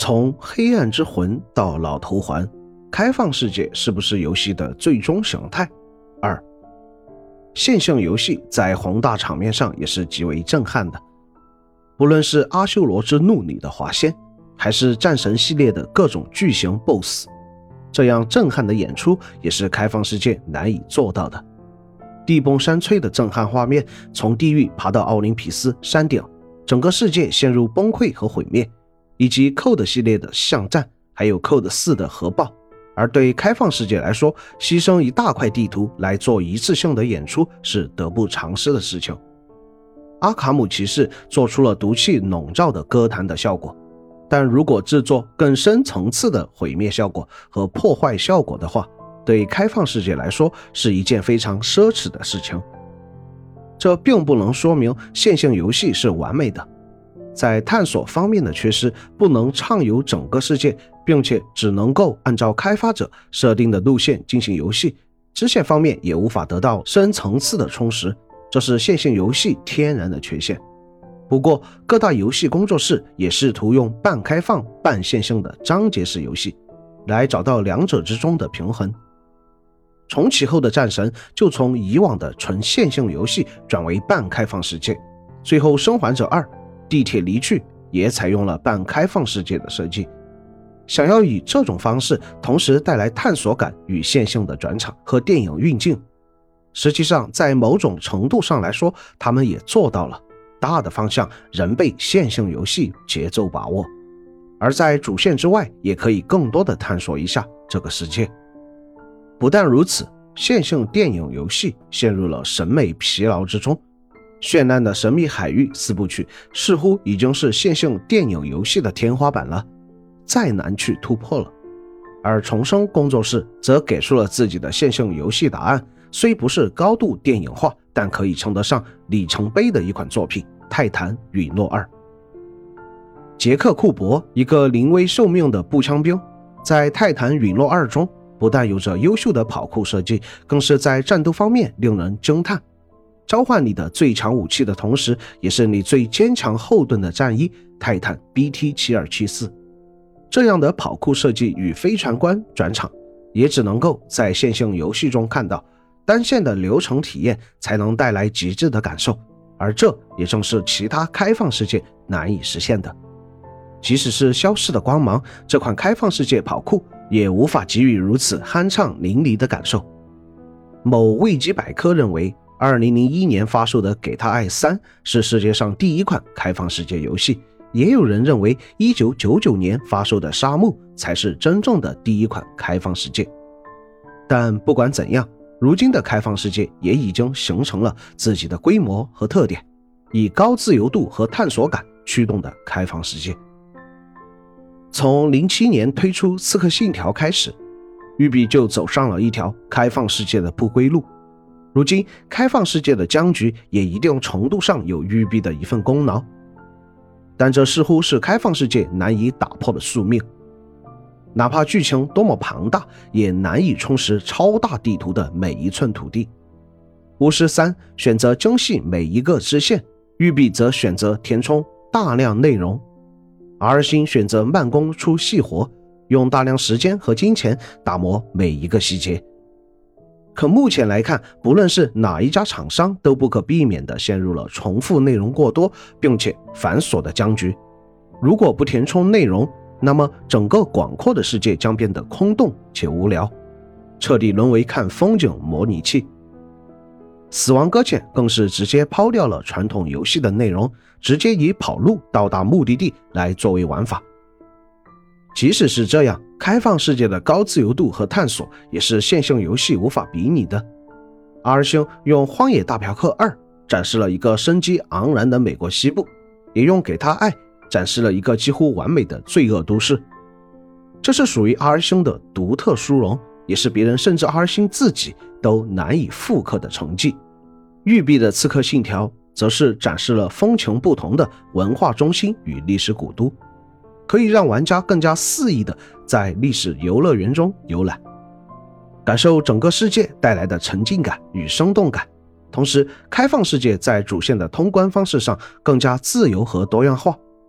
从黑暗之魂到老头环，开放世界是不是游戏的最终形态？2. 线性游戏在宏大场面上也是极为震撼的，不论是阿修罗之怒里的华仙，还是战神系列的各种巨型 BOSS， 这样震撼的演出也是开放世界难以做到的。地崩山摧的震撼画面，从地狱爬到奥林匹斯山顶，整个世界陷入崩溃和毁灭，以及 Code 系列的巷战，还有 Code 4的核爆。而对开放世界来说，牺牲一大块地图来做一次性的演出是得不偿失的事情。阿卡姆骑士做出了毒气笼罩的歌坛的效果，但如果制作更深层次的毁灭效果和破坏效果的话，对开放世界来说是一件非常奢侈的事情。这并不能说明线性游戏是完美的，在探索方面的缺失不能畅游整个世界，并且只能够按照开发者设定的路线进行游戏，支线方面也无法得到深层次的充实，这是线性游戏天然的缺陷。不过各大游戏工作室也试图用半开放半线性的章节式游戏来找到两者之中的平衡。重启后的战神就从以往的纯线性游戏转为半开放世界，最后生还者2地铁离去也采用了半开放世界的设计，想要以这种方式同时带来探索感与线性的转场和电影运镜。实际上在某种程度上来说，他们也做到了，大的方向仍被线性游戏节奏把握，而在主线之外也可以更多的探索一下这个世界。不但如此，线性电影游戏陷入了审美疲劳之中，绚烂的神秘海域4部曲似乎已经是线性电影游戏的天花板了，再难去突破了。而重生工作室则给出了自己的线性游戏答案，虽不是高度电影化，但可以称得上里程碑的一款作品《泰坦陨落2》。杰克库珀，一个临危受命的步枪兵，在《泰坦陨落2》中不但有着优秀的跑酷设计，更是在战斗方面令人惊叹。召唤你的最强武器的同时，也是你最坚强后盾的战衣泰坦 BT7274。这样的跑酷设计与飞船关转场，也只能够在线性游戏中看到，单线的流程体验才能带来极致的感受，而这也正是其他开放世界难以实现的。即使是消失的光芒，这款开放世界跑酷也无法给予如此酣畅淋漓的感受。某维基百科认为2001年发售的《给他爱3》是世界上第一款开放世界游戏，也有人认为1999年发售的《沙漠》才是真正的第一款开放世界。但不管怎样，如今的开放世界也已经形成了自己的规模和特点，以高自由度和探索感驱动的开放世界。从07年推出《刺客信条》开始，育碧就走上了一条开放世界的不归路。如今开放世界的僵局也一定程度上有育碧的一份功劳，但这似乎是开放世界难以打破的宿命。哪怕剧情多么庞大，也难以充实超大地图的每一寸土地。巫师3选择精细每一个支线，育碧则选择填充大量内容。R 星选择慢工出细活，用大量时间和金钱打磨每一个细节。可目前来看，不论是哪一家厂商都不可避免地陷入了重复内容过多并且繁琐的僵局。如果不填充内容，那么整个广阔的世界将变得空洞且无聊，彻底沦为看风景模拟器。死亡搁浅更是直接抛掉了传统游戏的内容，直接以跑路到达目的地来作为玩法。即使是这样，开放世界的高自由度和探索也是线性游戏无法比拟的。R 星用《荒野大嫖客2》展示了一个生机盎然的美国西部，也用《给他爱》展示了一个几乎完美的罪恶都市。这是属于 R 星的独特殊荣，也是别人甚至 R 星自己都难以复刻的成绩。育碧的《刺客信条》则是展示了风情不同的文化中心与历史古都，可以让玩家更加肆意的在历史游乐园中游览，感受整个世界带来的沉浸感与生动感。同时，开放世界在主线的通关方式上更加自由和多样化，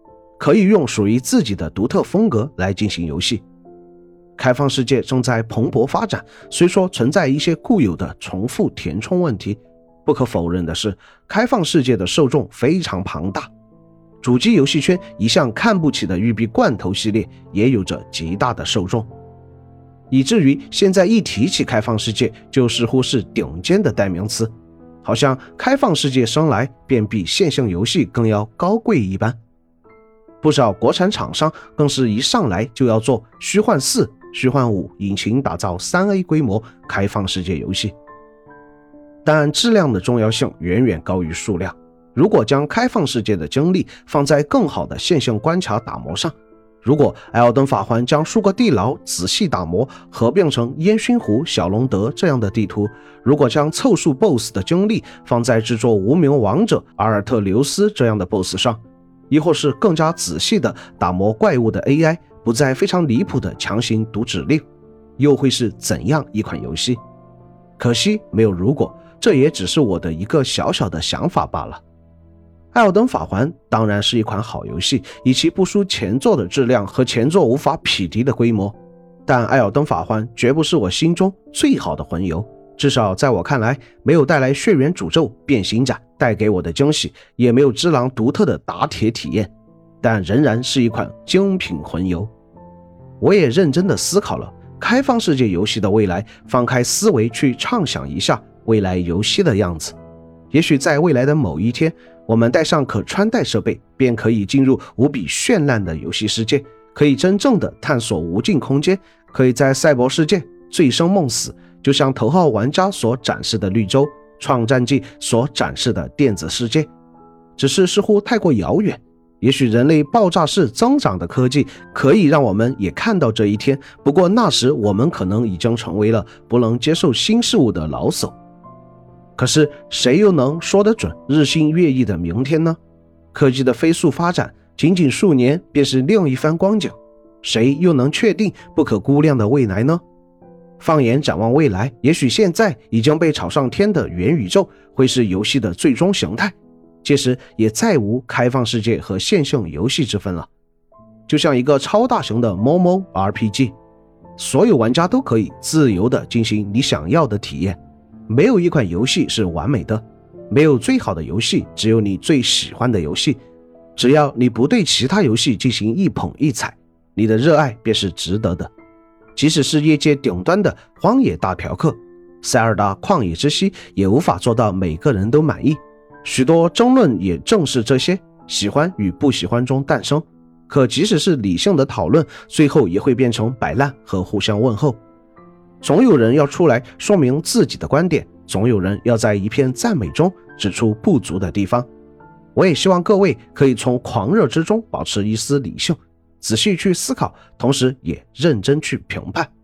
可以用属于自己的独特风格来进行游戏。开放世界正在蓬勃发展，虽说存在一些固有的重复填充问题，不可否认的是，开放世界的受众非常庞大。主机游戏圈一向看不起的育碧罐头系列也有着极大的受众，以至于现在一提起开放世界就似乎是顶尖的代名词，好像开放世界生来便比线性游戏更要高贵一般。不少国产厂商更是一上来就要做虚幻4、虚幻5引擎打造 3A 规模开放世界游戏，但质量的重要性远远高于数量。如果将开放世界的精力放在更好的线性关卡打磨上，如果艾尔登法环将数个地牢仔细打磨合并成烟熏湖、小龙德这样的地图，如果将凑数 BOSS 的精力放在制作无名王者、阿尔特留斯这样的 BOSS 上，亦或是更加仔细的打磨怪物的 AI， 不再非常离谱的强行读指令，又会是怎样一款游戏？可惜没有如果，这也只是我的一个小小的想法罢了。艾尔登法环当然是一款好游戏，以其不输前作的质量和前作无法匹敌的规模，但艾尔登法环绝不是我心中最好的魂游，至少在我看来，没有带来血缘诅咒变形斩带给我的惊喜，也没有只狼独特的打铁体验，但仍然是一款精品魂游。我也认真的思考了开放世界游戏的未来，放开思维去畅想一下未来游戏的样子。也许在未来的某一天，我们带上可穿戴设备，便可以进入无比绚烂的游戏世界，可以真正的探索无尽空间，可以在赛博世界醉生梦死，就像头号玩家所展示的绿洲、创战记所展示的电子世界。只是似乎太过遥远，也许人类爆炸式增长的科技可以让我们也看到这一天，不过那时我们可能已经成为了不能接受新事物的老手。可是谁又能说得准日新月异的明天呢？科技的飞速发展，仅仅数年便是另一番光景，谁又能确定不可估量的未来呢？放眼展望未来，也许现在已经被炒上天的元宇宙会是游戏的最终形态，届时也再无开放世界和线性游戏之分了。就像一个超大型的 MOMO RPG， 所有玩家都可以自由地进行你想要的体验。没有一款游戏是完美的，没有最好的游戏，只有你最喜欢的游戏。只要你不对其他游戏进行一捧一踩，你的热爱便是值得的。即使是业界顶端的荒野大嫖客、塞尔达旷野之息，也无法做到每个人都满意。许多争论也正是这些喜欢与不喜欢中诞生，可即使是理性的讨论，最后也会变成摆烂和互相问候。总有人要出来说明自己的观点，总有人要在一片赞美中指出不足的地方。我也希望各位可以从狂热之中保持一丝理性，仔细去思考，同时也认真去评判。